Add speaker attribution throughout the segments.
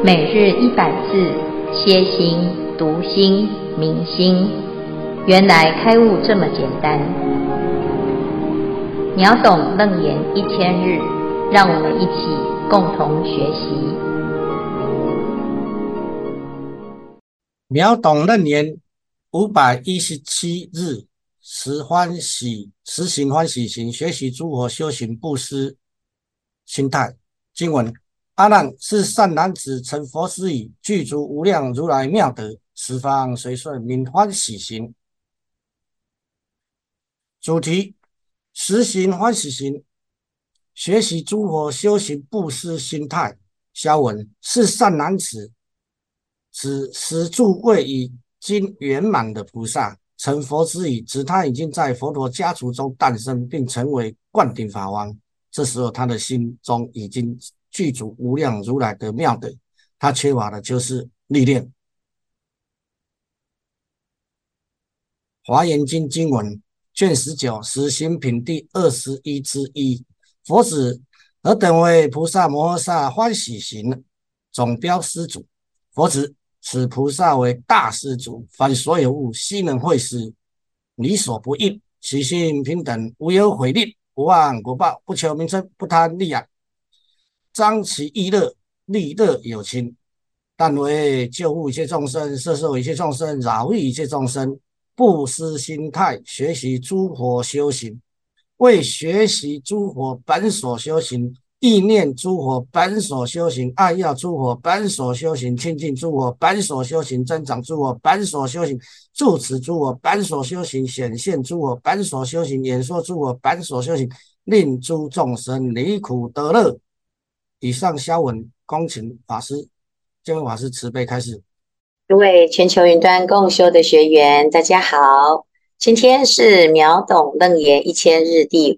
Speaker 1: 每日100字，歇心、读心、明心，原来开悟这么简单。秒懂楞严1000日，让我们一起共同学习。
Speaker 2: 秒懂楞严517日，实行欢喜行，学习诸佛修行布施心态。经文：阿难，是善男子，成佛时已，具足无量如来妙德，十方随顺，名欢喜行。主题：实行欢喜行，学习诸佛修行布施心态。消文：是善男子，指十住位已经圆满的菩萨，成佛之已，指他已经在佛陀家族中诞生，并成为灌顶法王。这时候他的心中已经具足无量如来的妙德，他缺乏的就是历练。华严经经文卷19实行品第21之1，佛子何等为菩萨摩诃萨欢喜行总标施主。佛子，此菩萨为大施主，凡所有物悉能会施，理所不应，其心平等，无有毁吝，不忘果报，不求名称，不贪利养，张其意乐，利乐有情，但为救护一切众生，摄受一切众生，饶益一切众生，布施心态，学习诸佛修行。为学习诸佛本所修行，意念诸佛本所修行，爱要诸佛本所修行，亲近诸佛本所修行，增长诸佛本所修行，住持诸佛本所修行，显现诸佛本所修行，演说诸佛本所修行，令诸众生离苦得乐。以上消文，恭请法师建文法师慈悲开示。
Speaker 3: 各位全球云端共修的学员，大家好。今天是秒懂楞严1000日第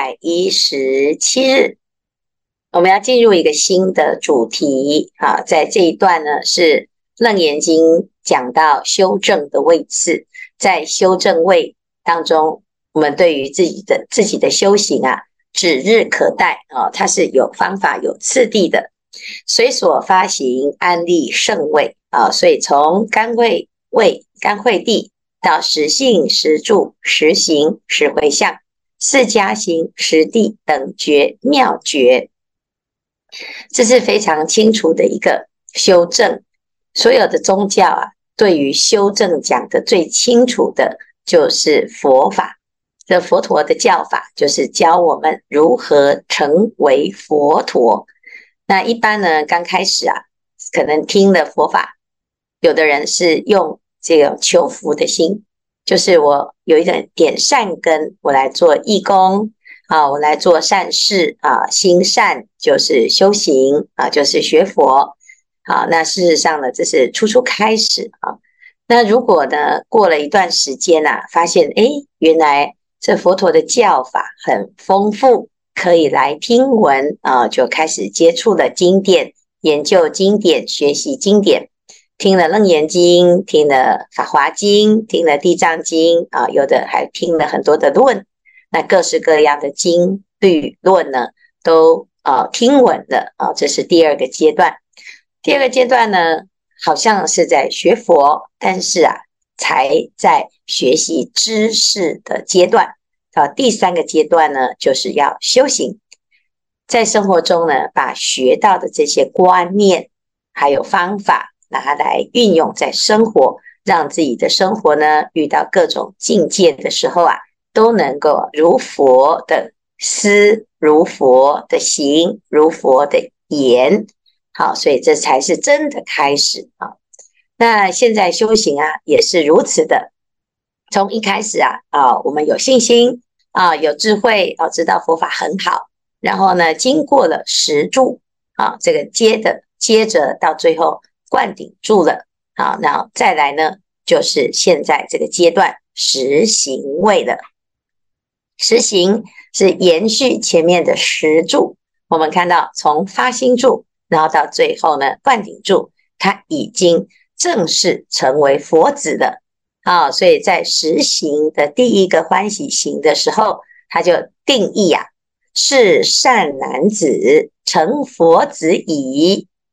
Speaker 3: 517日，我们要进入一个新的主题啊。在这一段呢，是楞严经讲到修正的位次，在修正位当中，我们对于自己的修行啊，指日可待啊，它是有方法有次第的，随所发行安立圣位啊，所以从甘慧位、甘慧地到实性、实住、实行、实回向、四加行、实地等觉妙觉，这是非常清楚的一个修正。所有的宗教啊，对于修正讲的最清楚的就是佛法。这佛陀的教法就是教我们如何成为佛陀。那一般呢，刚开始啊，可能听了佛法，有的人是用这个求福的心，就是我有一点善根，我来做义工啊，我来做善事啊，行善就是修行啊，就是学佛啊。那事实上呢，这是初开始啊。那如果呢，过了一段时间啊，发现原来这佛陀的教法很丰富，可以来听闻啊，就开始接触了经典，研究经典，学习经典。听了楞严经，听了法华经，听了地藏经啊，有的还听了很多的论，那各式各样的经律论呢，都听闻了啊。这是第二个阶段。第二个阶段呢，好像是在学佛，但是啊，才在学习知识的阶段啊。第三个阶段呢，就是要修行，在生活中呢，把学到的这些观念还有方法拿来运用在生活，让自己的生活呢，遇到各种境界的时候啊，都能够如佛的思，如佛的行，如佛的言。好，所以这才是真的开始啊。那现在修行啊，也是如此的。从一开始啊，我们有信心啊，有智慧啊，知道佛法很好。然后呢，经过了实住啊，这个接着到最后灌顶住了。好，那再来呢，就是现在这个阶段实行位了。实行是延续前面的实住，我们看到从发心住，然后到最后呢灌顶住，它已经正式成为佛子了。好，所以在实行的第一个欢喜行的时候，他就定义是善男子成佛子矣，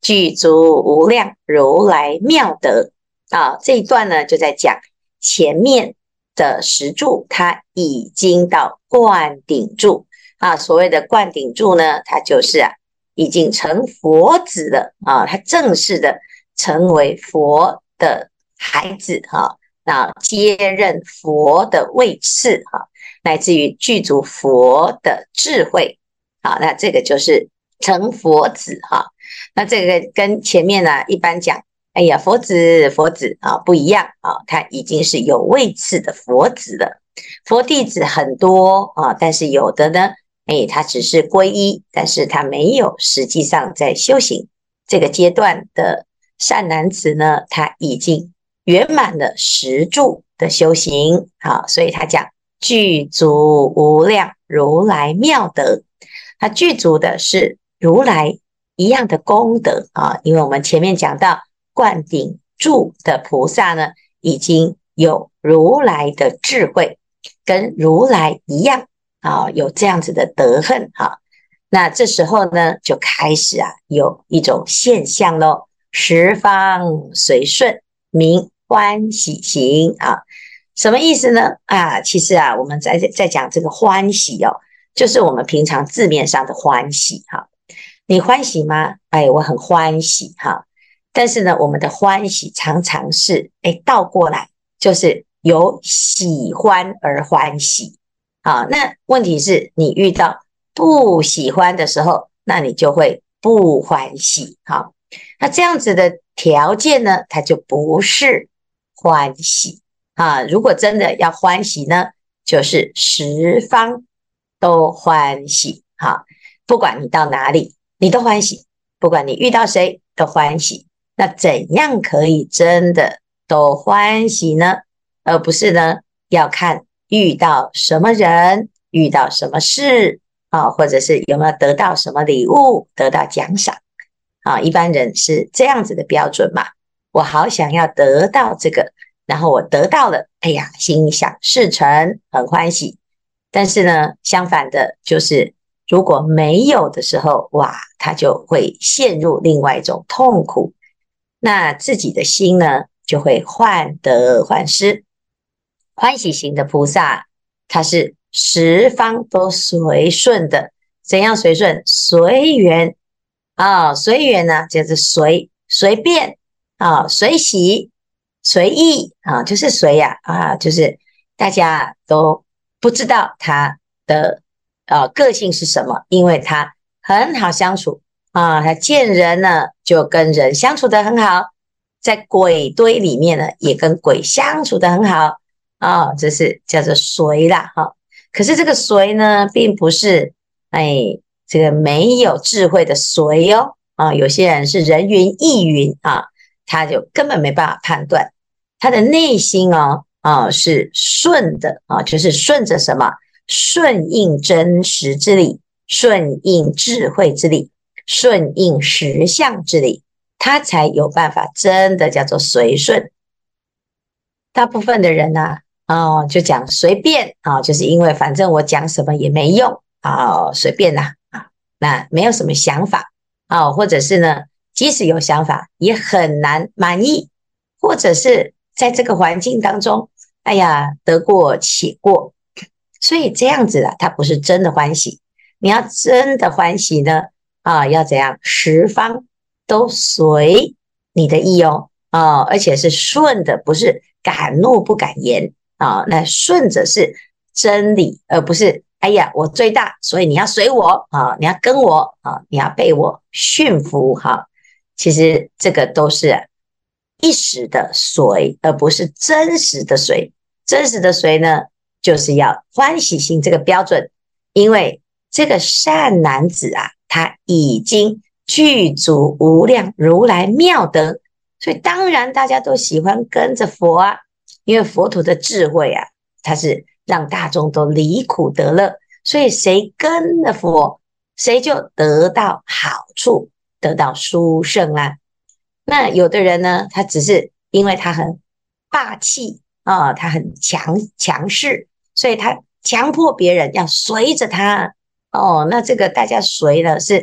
Speaker 3: 具足无量如来妙德啊。这一段呢，就在讲前面的十住，它已经到灌顶住啊。所谓的灌顶住呢，它就是已经成佛子了啊，它正式的成为佛的孩子哈，那接任佛的位次哈，乃至于具足佛的智慧。好，那这个就是成佛子哈。那这个跟前面呢一般讲，哎呀，佛子啊不一样啊，他已经是有位次的佛子了。佛弟子很多啊，但是有的呢，他只是皈依，但是他没有实际上在修行。这个阶段的善男子呢，他已经圆满了十住的修行啊，所以他讲具足无量如来妙德。它具足的是如来一样的功德啊，因为我们前面讲到灌顶住的菩萨呢，已经有如来的智慧，跟如来一样啊，有这样子的德行啊。那这时候呢，就开始有一种现象咯，十方随顺，名欢喜行啊。什么意思呢？其实我们在讲这个欢喜哦，就是我们平常字面上的欢喜哈。你欢喜吗？我很欢喜哈。但是呢，我们的欢喜常常是倒过来，就是由喜欢而欢喜。好，那问题是你遇到不喜欢的时候，那你就会不欢喜。好，那这样子的条件呢，它就不是欢喜啊。如果真的要欢喜呢，就是十方都欢喜。好，不管你到哪里，你都欢喜；不管你遇到谁，都欢喜。那怎样可以真的都欢喜呢？而不是呢，要看遇到什么人，遇到什么事啊，或者是有没有得到什么礼物，得到奖赏啊。一般人是这样子的标准嘛。我好想要得到这个，然后我得到了，心想事成，很欢喜。但是呢，相反的就是如果没有的时候，哇，他就会陷入另外一种痛苦。那自己的心呢，就会患得患失。欢喜行的菩萨，他是十方都随顺的。怎样随顺？随缘啊，随缘呢，就是随便啊，随喜随意啊，就是随就是大家都不知道他的个性是什么，因为他很好相处啊，他见人呢就跟人相处得很好，在鬼堆里面呢也跟鬼相处得很好啊，这是叫做随啦哈。可是这个随呢，并不是这个没有智慧的随哦啊，有些人是人云亦云啊，他就根本没办法判断他的内心是顺的啊，就是顺着什么？顺应真实之理，顺应智慧之理，顺应实相之理，他才有办法真的叫做随顺。大部分的人就讲随便就是因为反正我讲什么也没用随便那没有什么想法或者是呢，即使有想法也很难满意，或者是在这个环境当中，得过且过。所以这样子他不是真的欢喜。你要真的欢喜呢要怎样？十方都随你的意而且是顺的，不是敢怒不敢言那顺着是真理，而不是我最大，所以你要随我你要跟我你要被我驯服其实这个都是一时的随，而不是真实的随。真实的随呢，就是要欢喜心这个标准，因为这个善男子他已经具足无量如来妙德，所以当然大家都喜欢跟着佛因为佛陀的智慧他是让大众都离苦得乐，所以谁跟了佛，谁就得到好处，得到殊胜那有的人呢，他只是因为他很霸气他很强势，所以他强迫别人要随着他那这个大家随呢是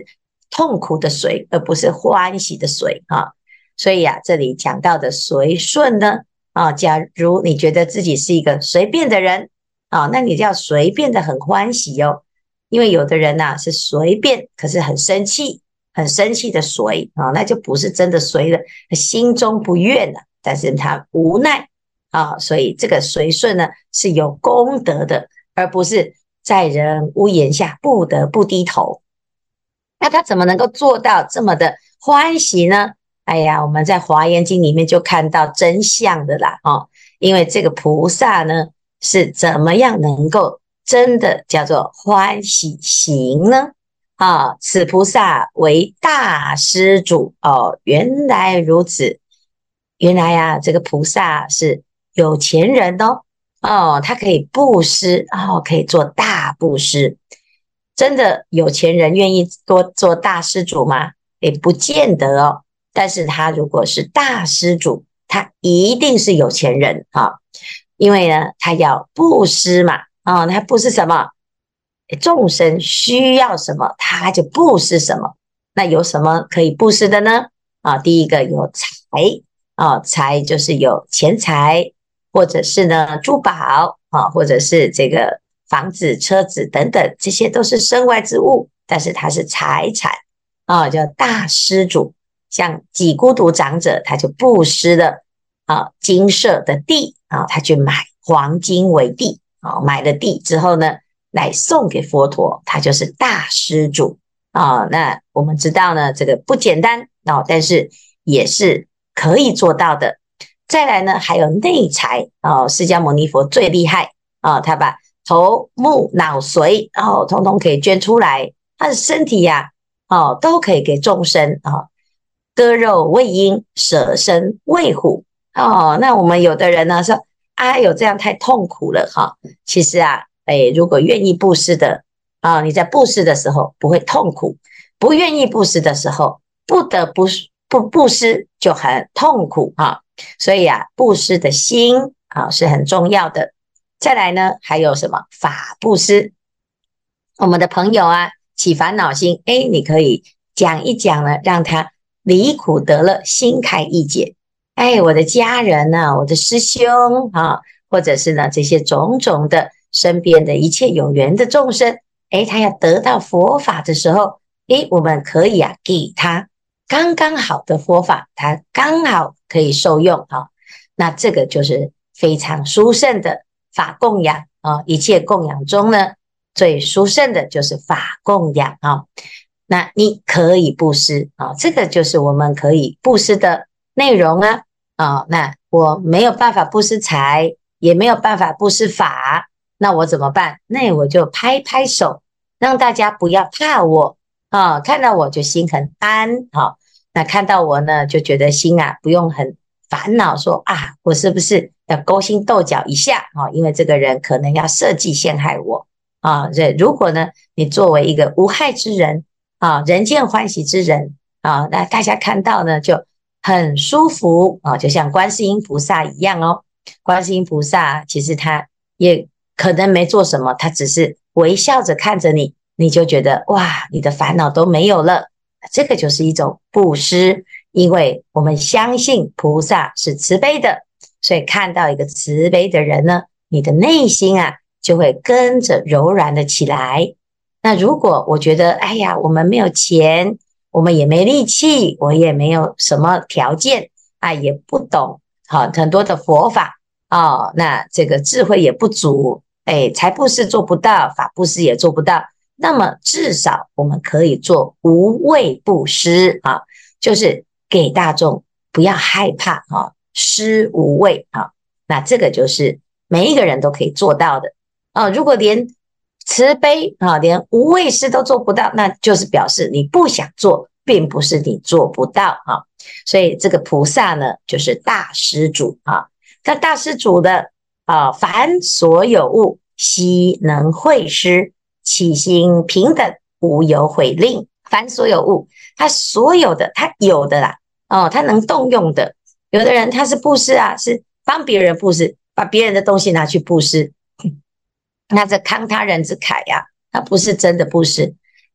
Speaker 3: 痛苦的随，而不是欢喜的随啊。所以啊，这里讲到的随顺呢，假如你觉得自己是一个随便的人啊，那你就要随便的很欢喜哦。因为有的人呐，是随便，可是很生气，很生气的随啊，那就不是真的随了，心中不愿了，但是他无奈啊，所以这个随顺呢是有功德的，而不是在人屋檐下不得不低头。那他怎么能够做到这么的欢喜呢？哎呀，我们在华严经里面就看到真相的啦，因为这个菩萨呢是怎么样能够真的叫做欢喜行呢？此菩萨为大施主哦，原来如此，原来呀，这个菩萨是有钱人他可以布施可以做大布施。真的有钱人愿意多做大施主吗？也不见得哦。但是他如果是大施主，他一定是有钱人因为呢，他要布施嘛他布施什么？众生需要什么，他就布施什么。那有什么可以布施的呢？第一个有财财就是有钱财，或者是呢珠宝或者是这个房子、车子等等，这些都是身外之物，但是它是财产叫大施主。像几孤独长者，他就布施了精舍的地他去买黄金为地买了地之后呢，来送给佛陀，他就是大施主那我们知道呢，这个不简单但是也是可以做到的。再来呢，还有内财释迦牟尼佛最厉害他把头目脑髓通通可以捐出来，他的身体都可以给众生割肉喂鹰，舍身喂虎那我们有的人呢说有这样太痛苦了其实如果愿意布施的你在布施的时候不会痛苦，不愿意布施的时候不得不布施就很痛苦所以布施的心是很重要的。再来呢，还有什么法布施？我们的朋友起烦恼心，你可以讲一讲呢，让他离苦得乐，心开意解。我的家人我的师兄或者是呢这些种种的身边的一切有缘的众生，他要得到佛法的时候，我们可以给他刚刚好的佛法，他刚好可以受用那这个就是非常殊胜的法供养一切供养中呢，最殊胜的就是法供养那你可以布施这个就是我们可以布施的内容那我没有办法布施财，也没有办法布施法，那我怎么办？那我就拍拍手，让大家不要怕我看到我就心很安那看到我呢，就觉得心不用很烦恼说我是不是要勾心斗角一下因为这个人可能要设计陷害我如果呢，你作为一个无害之人人见欢喜之人那大家看到呢就很舒服就像观世音菩萨一样观世音菩萨其实他也可能没做什么，他只是微笑着看着你，你就觉得哇，你的烦恼都没有了。这个就是一种布施，因为我们相信菩萨是慈悲的，所以看到一个慈悲的人呢，你的内心就会跟着柔软的起来。那如果我觉得我们没有钱，我们也没力气，我也没有什么条件也不懂很多的佛法那这个智慧也不足财布施做不到，法布施也做不到，那么至少我们可以做无畏布施就是给大众不要害怕施无畏那这个就是每一个人都可以做到的如果连慈悲连无畏施都做不到，那就是表示你不想做，并不是你做不到所以这个菩萨呢，就是大施主那大施主的凡所有物悉能会施，起心平等，无有毁令。凡所有物，他所有的，他有的啦他能动用的。有的人他是布施是帮别人布施，把别人的东西拿去布施那这慷他人之慨他不是真的布施。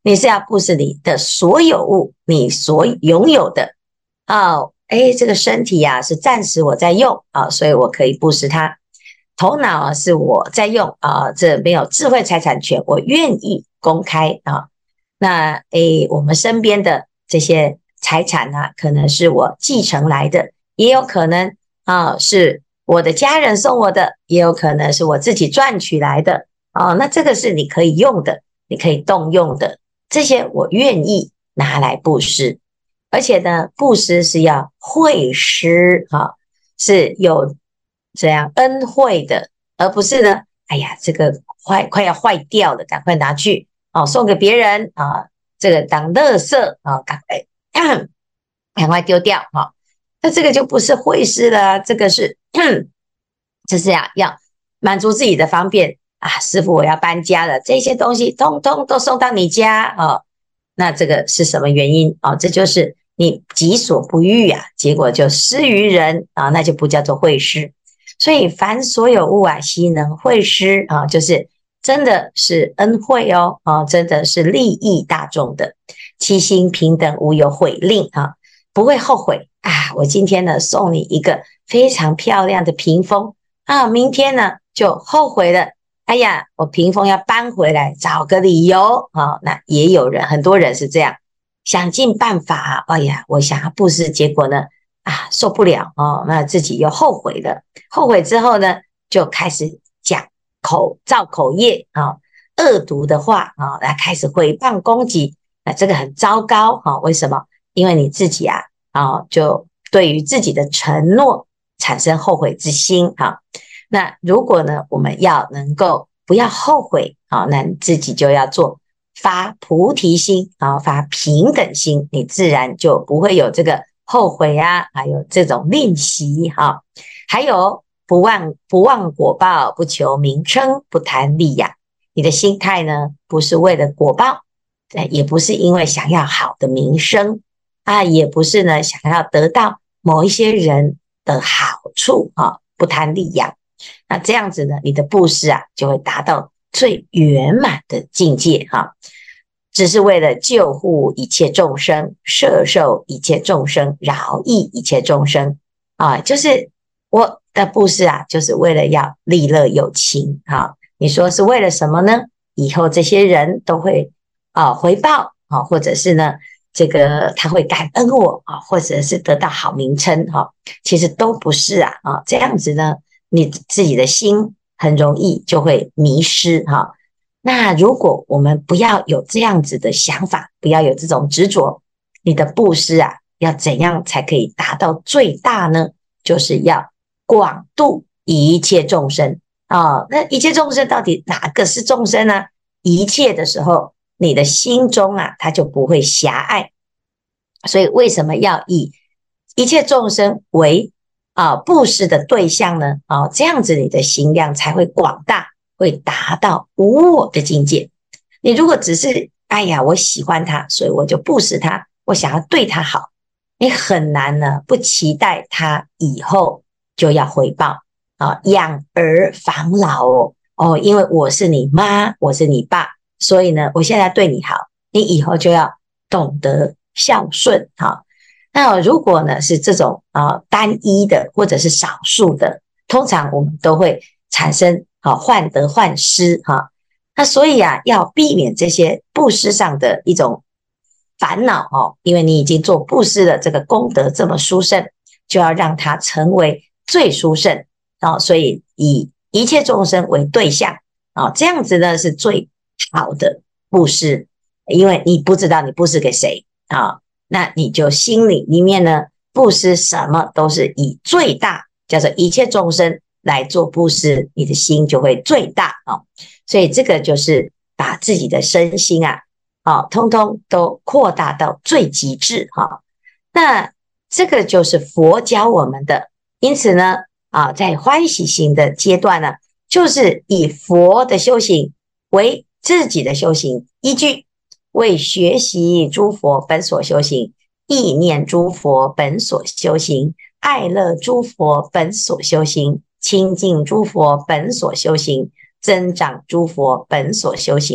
Speaker 3: 你是要布施你的所有物，你所拥有的。这个身体啊是暂时我在用啊，所以我可以布施它。头脑啊是我在用啊，这没有智慧财产权，我愿意公开啊。那我们身边的这些财产啊，可能是我继承来的，也有可能啊是我的家人送我的，也有可能是我自己赚取来的啊。那这个是你可以用的，你可以动用的，这些我愿意拿来布施。而且呢，布施是要惠施啊，是有这样恩惠的，而不是呢，哎呀，这个快要坏掉了，赶快拿去送给别人啊，这个当垃圾啊，赶快丢掉哈。那这个就不是惠施了，这个是这是要满足自己的方便啊。师父，我要搬家了，这些东西通通都送到你家啊。那这个是什么原因啊？这就是你己所不欲啊，结果就施于人啊，那就不叫做惠施。所以凡所有物啊，悉能惠施啊，就是真的是恩惠哦，真的是利益大众的，七心平等，无有悔吝啊，不会后悔啊。我今天呢送你一个非常漂亮的屏风啊，明天呢就后悔了。哎呀，我屏风要搬回来，找个理由啊。那也有人，很多人是这样，想尽办法。哎呀，我想要布施，结果呢，受不了哦，那自己又后悔了。后悔之后呢，就开始造口业啊，恶毒的话啊，来开始诽谤攻击。那这个很糟糕啊。为什么？因为你自己就对于自己的承诺产生后悔之心啊。那如果呢，我们要能够不要后悔那你自己就要发菩提心发平等心，你自然就不会有这个后悔还有这种吝惜还有不忘果报，不求名称，不贪利呀。你的心态呢，不是为了果报，也不是因为想要好的名声也不是呢想要得到某一些人的好处不贪利呀。那这样子呢，你的布施就会达到最圆满的境界只是为了救护一切众生，摄受一切众生，饶益一切众生就是我的布施就是为了要利乐有情你说是为了什么呢？以后这些人都会回报或者是呢这个他会感恩我或者是得到好名称其实都不是这样子呢，你自己的心很容易就会迷失那如果我们不要有这样子的想法，不要有这种执着，你的布施要怎样才可以达到最大呢？就是要广度一切众生那一切众生到底哪个是众生呢？一切的时候，你的心中它就不会狭隘。所以为什么要以一切众生为布施的对象呢这样子你的心量才会广大，会达到无我的境界。你如果只是我喜欢他，所以我就布施他，我想要对他好，你很难呢不期待他以后就要回报养儿防老因为我是你妈，我是你爸，所以呢我现在对你好，你以后就要懂得孝顺那如果呢是这种单一的或者是少数的，通常我们都会产生患得患失那所以要避免这些布施上的一种烦恼因为你已经做布施了，这个功德这么殊胜，就要让它成为最殊胜所以以一切众生为对象这样子呢是最好的布施。因为你不知道你布施给谁那你就心里面呢布施什么都是以最大叫做一切众生来做布施，你的心就会最大所以这个就是把自己的身心通通都扩大到最极致那这个就是佛教我们的。因此呢在欢喜行的阶段呢，就是以佛的修行为自己的修行依据，为学习诸佛本所修行，意念诸佛本所修行，爱乐诸佛本所修行，亲近诸佛本所修行，增长诸佛本所修行，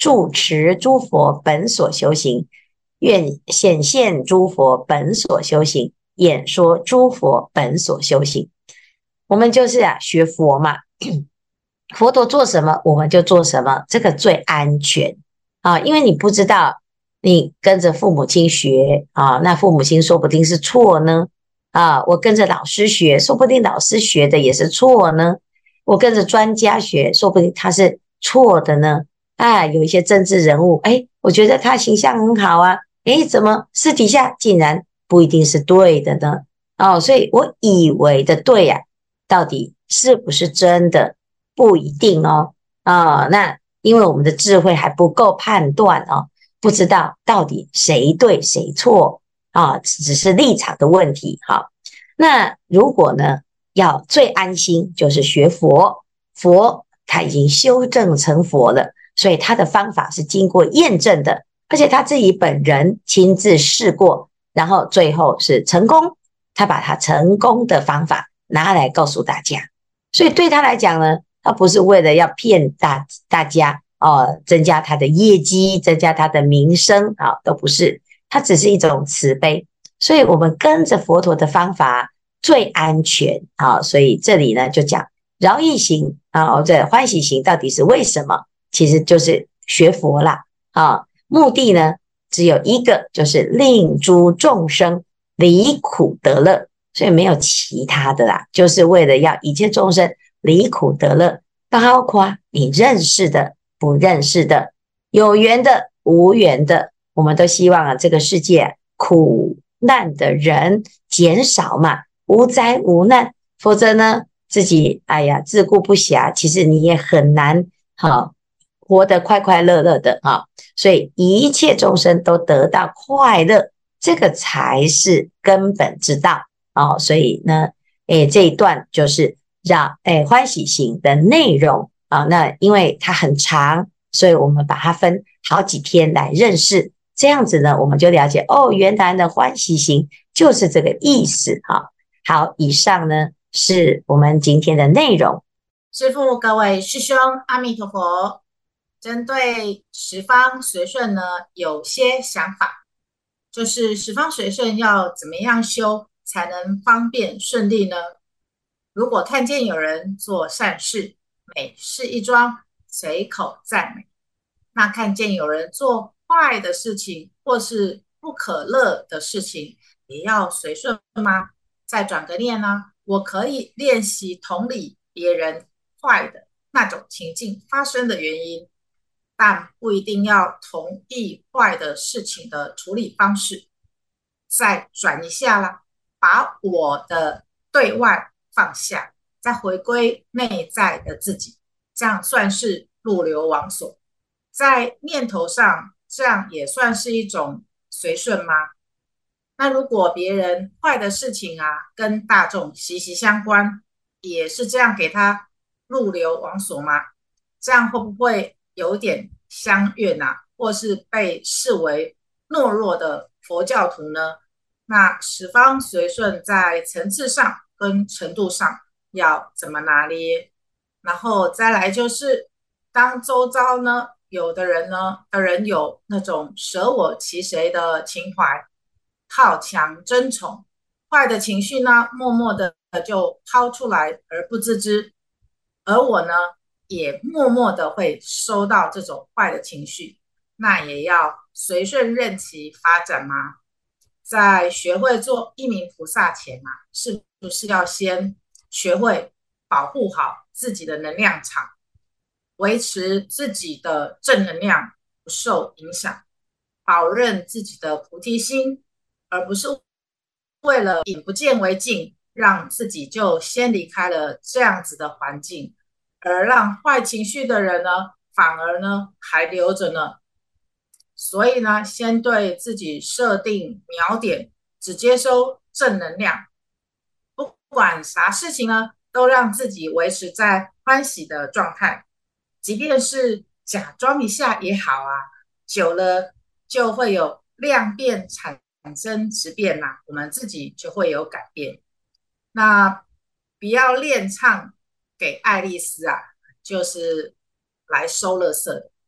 Speaker 3: 住持诸佛本所修行，愿显现诸佛本所修行，演说诸佛本所修行。我们就是学佛嘛，佛陀做什么我们就做什么，这个最安全因为你不知道你跟着父母亲学那父母亲说不定是错呢我跟着老师学，说不定老师学的也是错呢，我跟着专家学，说不定他是错的呢有一些政治人物我觉得他形象很好怎么私底下竟然不一定是对的呢所以我以为的对到底是不是真的不一定那因为我们的智慧还不够判断不知道到底谁对谁错只是立场的问题那如果呢要最安心就是学佛，佛他已经修正成佛了，所以他的方法是经过验证的，而且他自己本人亲自试过，然后最后是成功，他把他成功的方法拿来告诉大家，所以对他来讲呢，他不是为了要骗大家增加他的业绩，增加他的名声都不是，他只是一种慈悲，所以我们跟着佛陀的方法最安全所以这里呢就讲饶益行这欢喜行到底是为什么？其实就是学佛啦目的呢只有一个，就是令诸众生离苦得乐，所以没有其他的啦，就是为了要一切众生离苦得乐，包括你认识的不认识的，有缘的无缘的，我们都希望这个世界苦难的人减少嘛，无灾无难，否则呢自己自顾不暇，其实你也很难活得快快乐乐的所以一切众生都得到快乐，这个才是根本之道所以呢这一段就是让欢喜行的内容那因为它很长，所以我们把它分好几天来认识，这样子呢我们就了解原来的欢喜行就是这个意思好，以上呢是我们今天的内容。
Speaker 4: 师父，各位师兄，阿弥陀佛。针对十方随顺呢，有些想法，就是十方随顺要怎么样修才能方便顺利呢？如果看见有人做善事，美事一桩，随口赞美；那看见有人做坏的事情，或是不可乐的事情，也要随顺吗？再转个念呢，我可以练习同理别人坏的那种情境发生的原因，但不一定要同意坏的事情的处理方式。再转一下啦，把我的对外放下，再回归内在的自己，这样算是入流王所。在念头上，这样也算是一种随顺吗？那如果别人坏的事情跟大众息息相关，也是这样给他入流王所吗？这样会不会有点相怨或是被视为懦弱的佛教徒呢？那十方随顺在层次上跟程度上要怎么拿捏？然后再来就是当周遭呢有的人有那种舍我其谁的情怀，好强争宠，坏的情绪呢默默的就抛出来而不自知，而我呢也默默的会收到这种坏的情绪，那也要随顺任其发展吗？在学会做一名菩萨前是不是要先学会保护好自己的能量场，维持自己的正能量不受影响，保任自己的菩提心，而不是为了眼不见为净，让自己就先离开了这样子的环境，而让坏情绪的人呢反而呢还留着呢。所以呢，先对自己设定锚点，只接收正能量，不管啥事情呢，都让自己维持在欢喜的状态，即便是假装一下也好久了就会有量变产生质变我们自己就会有改变。那不要练唱给爱丽丝就是来收垃圾的，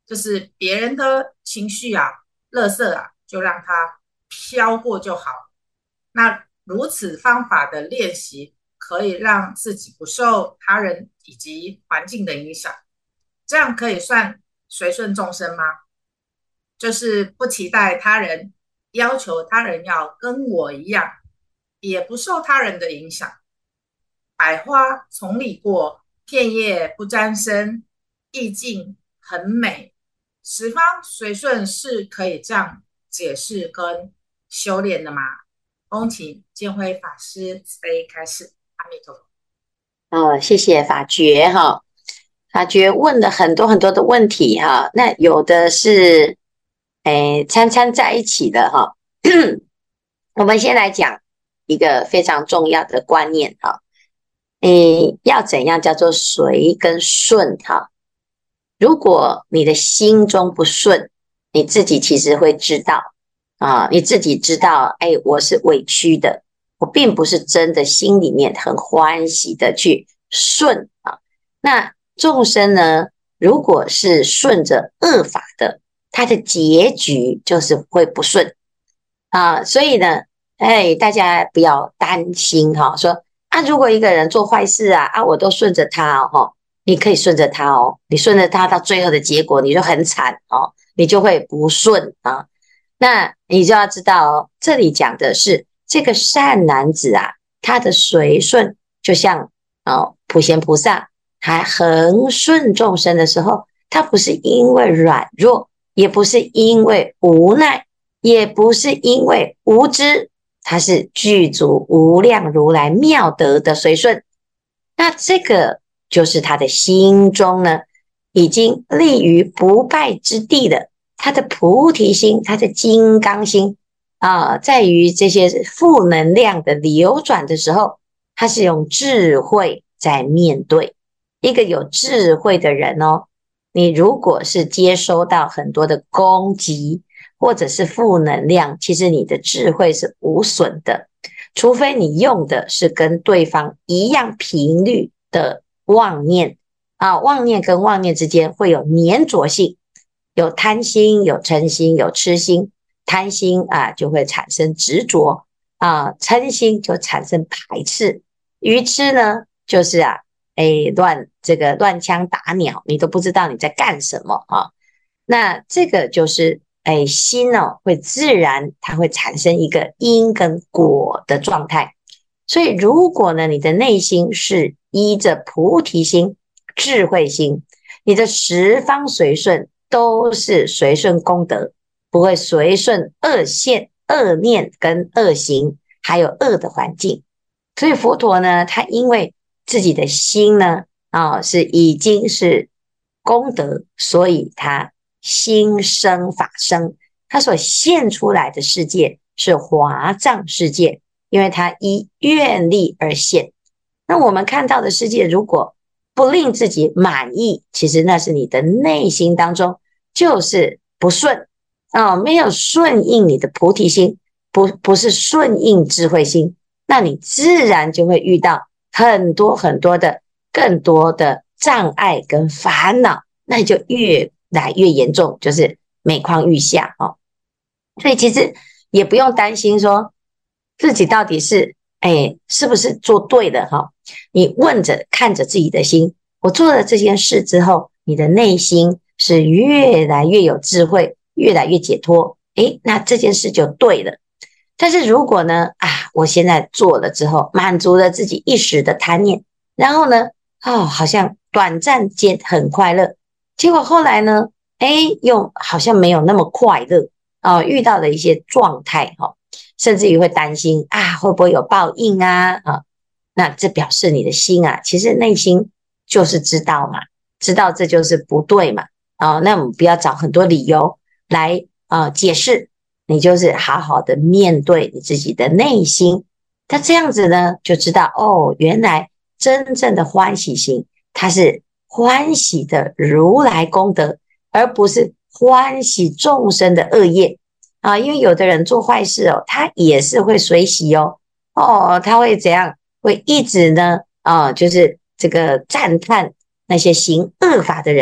Speaker 4: 就是别人的情绪啊、垃圾啊，就让它飘过就好。那如此方法的练习，可以让自己不受他人以及环境的影响，这样可以算随顺众生吗？就是不期待他人，要求他人要跟我一样，也不受他人的影响。百花丛里过，片叶不沾身，意境很美。十方随顺是可以这样解释跟修炼的吗？恭请建辉法师慈悲开示。阿弥陀佛。
Speaker 3: 谢谢法觉哈。法觉问了很多很多的问题哈，那有的是掺掺在一起的哈。我们先来讲一个非常重要的观念哈，要怎样叫做随跟顺哈？如果你的心中不顺，你自己其实会知道啊，你自己知道，我是委屈的，我并不是真的心里面很欢喜的去顺啊。那众生呢，如果是顺着恶法的，它的结局就是会不顺啊。所以呢，大家不要担心哈，说啊，如果一个人做坏事啊，我都顺着他哦，你可以顺着他哦，你顺着他到最后的结果，你就很惨哦，你就会不顺啊。那你就要知道哦，这里讲的是这个善男子啊，他的随顺，就像普贤菩萨还恒顺众生的时候，他不是因为软弱，也不是因为无奈，也不是因为无知，他是具足无量如来妙德的随顺。那这个就是他的心中呢，已经立于不败之地的，他的菩提心，他的金刚心在于这些负能量的流转的时候，他是用智慧在面对。一个有智慧的人哦，你如果是接收到很多的攻击或者是负能量，其实你的智慧是无损的，除非你用的是跟对方一样频率的妄念妄念跟妄念之间会有粘着性，有贪心，有嗔心，有痴心。贪心就会产生执着嗔心就产生排斥，愚痴呢就是乱枪打鸟，你都不知道你在干什么那这个就是心会自然它会产生一个因跟果的状态。所以如果呢你的内心是依着菩提心、智慧心，你的十方随顺都是随顺功德，不会随顺恶现、恶念跟恶行，还有恶的环境。所以佛陀呢，他因为自己的心呢是已经是功德，所以他心生法生，他所现出来的世界是华藏世界，因为他依愿力而现。那我们看到的世界如果不令自己满意，其实那是你的内心当中就是不顺没有顺应你的菩提心，不是顺应智慧心，那你自然就会遇到很多很多的更多的障碍跟烦恼，那你就越来越严重，就是每况愈下所以其实也不用担心说自己到底是不是做对的你问着看着自己的心，我做了这件事之后，你的内心是越来越有智慧，越来越解脱，那这件事就对了。但是如果呢我现在做了之后，满足了自己一时的贪念，然后呢好像短暂间很快乐，结果后来呢又好像没有那么快乐遇到了一些状态甚至于会担心会不会有报应那这表示你的心其实内心就是知道嘛，知道这就是不对嘛那我们不要找很多理由来解释，你就是好好的面对你自己的内心。那这样子呢，就知道原来真正的欢喜心，它是欢喜的如来功德，而不是欢喜众生的恶业因为有的人做坏事他也是会随喜他会怎样？会一直呢就是这个赞叹那些行恶法的人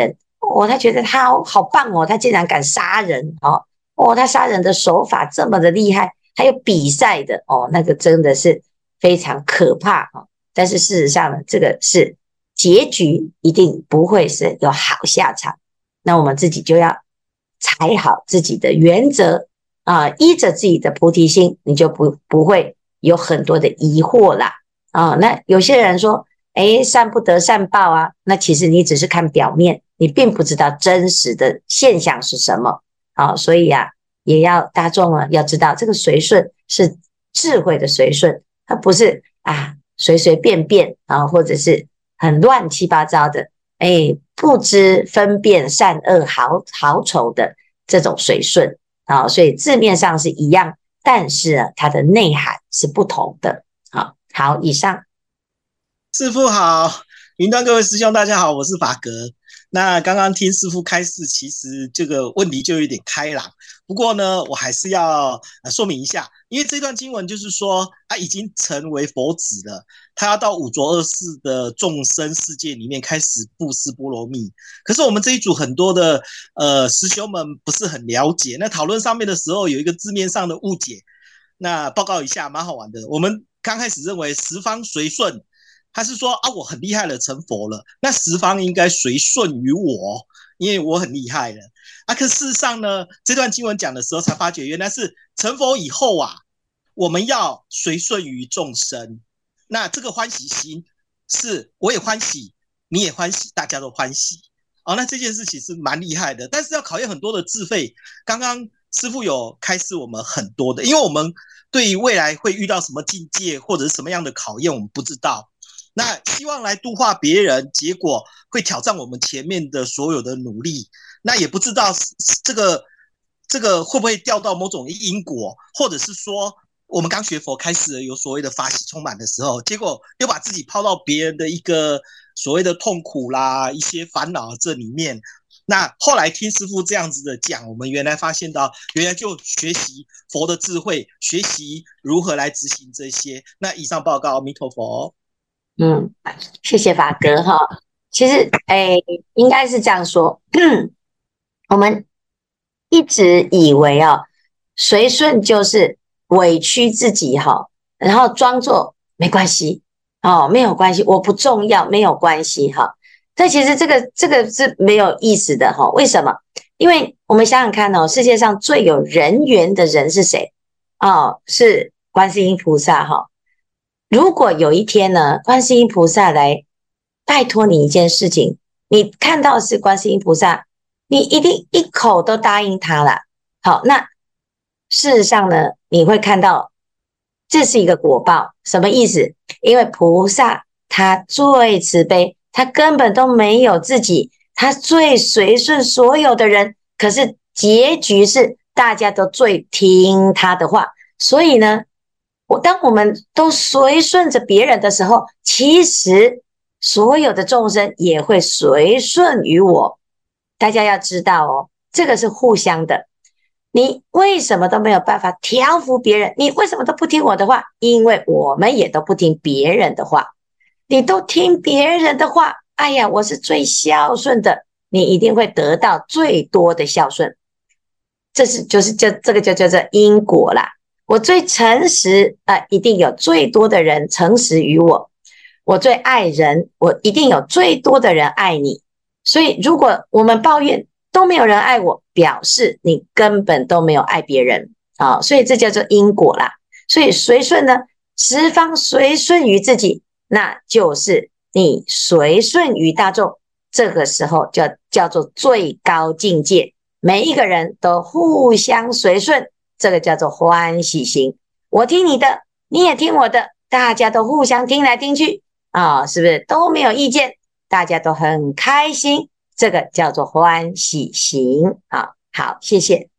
Speaker 3: 哦，他觉得他好棒哦，他竟然敢杀人哦，哦，他杀人的手法这么的厉害，还有比赛的哦，那个真的是非常可怕哦。但是事实上呢，这个是结局一定不会是有好下场，那我们自己就要踩好自己的原则啊，依着自己的菩提心，你就不会有很多的疑惑啦啊。那有些人说，哎，善不得善报啊，那其实你只是看表面，你并不知道真实的现象是什么啊。所以啊，也要大众啊要知道，这个随顺是智慧的随顺，它不是啊随随便便啊，或者是很乱七八糟的，哎，不知分辨善恶好丑的这种随顺啊。所以字面上是一样，但是啊，它的内涵是不同的。好，以上。
Speaker 5: 师父好，云端各位师兄大家好，我是法格。那刚刚听师父开示，其实这个问题就有点开朗。不过呢，我还是要说明一下，因为这段经文就是说，他已经成为佛子了，他要到五浊恶世的众生世界里面开始布施波罗蜜。可是我们这一组很多的师兄们不是很了解，那讨论上面的时候有一个字面上的误解。那报告一下，蛮好玩的。我们刚开始认为十方随顺。他是说啊，我很厉害了，成佛了，那十方应该随顺于我，因为我很厉害了啊。可事实上呢，这段经文讲的时候才发觉，原来是成佛以后啊，我们要随顺于众生。那这个欢喜心是我也欢喜，你也欢喜，大家都欢喜。哦，那这件事情是蛮厉害的，但是要考验很多的智慧。刚刚师父有开示我们很多的，因为我们对于未来会遇到什么境界或者是什么样的考验，我们不知道。那希望来度化别人，结果会挑战我们前面的所有的努力。那也不知道这个会不会掉到某种因果，或者是说我们刚学佛开始有所谓的法喜充满的时候，结果又把自己抛到别人的一个所谓的痛苦啦、一些烦恼这里面。那后来听师父这样子的讲，我们原来发现到，原来就学习佛的智慧，学习如何来执行这些。那以上报告，阿弥陀佛。
Speaker 3: 谢谢法哥哈。其实，应该是这样说，我们一直以为随顺就是委屈自己哈，然后装作没关系哦，没有关系，我不重要，没有关系哈。但其实这个是没有意思的哈。为什么？因为我们想想看哦，世界上最有人缘的人是谁？是观世音菩萨哈。如果有一天呢，观世音菩萨来拜托你一件事情，你看到是观世音菩萨，你一定一口都答应他了。好，那事实上呢，你会看到这是一个果报，什么意思？因为菩萨他最慈悲，他根本都没有自己，他最随顺所有的人，可是结局是大家都最听他的话，所以呢，当我们都随顺着别人的时候，其实所有的众生也会随顺于我。大家要知道哦，这个是互相的。你为什么都没有办法调服别人？你为什么都不听我的话？因为我们也都不听别人的话。你都听别人的话，哎呀，我是最孝顺的，你一定会得到最多的孝顺。这个就叫做因果啦。我最诚实一定有最多的人诚实于我。我最爱人，我一定有最多的人爱你。所以如果我们抱怨都没有人爱我，表示你根本都没有爱别人所以这叫做因果啦。所以随顺呢，十方随顺于自己，那就是你随顺于大众，这个时候叫做最高境界。每一个人都互相随顺，这个叫做欢喜行。我听你的，你也听我的，大家都互相听来听去是不是都没有意见？大家都很开心，这个叫做欢喜行好，谢谢。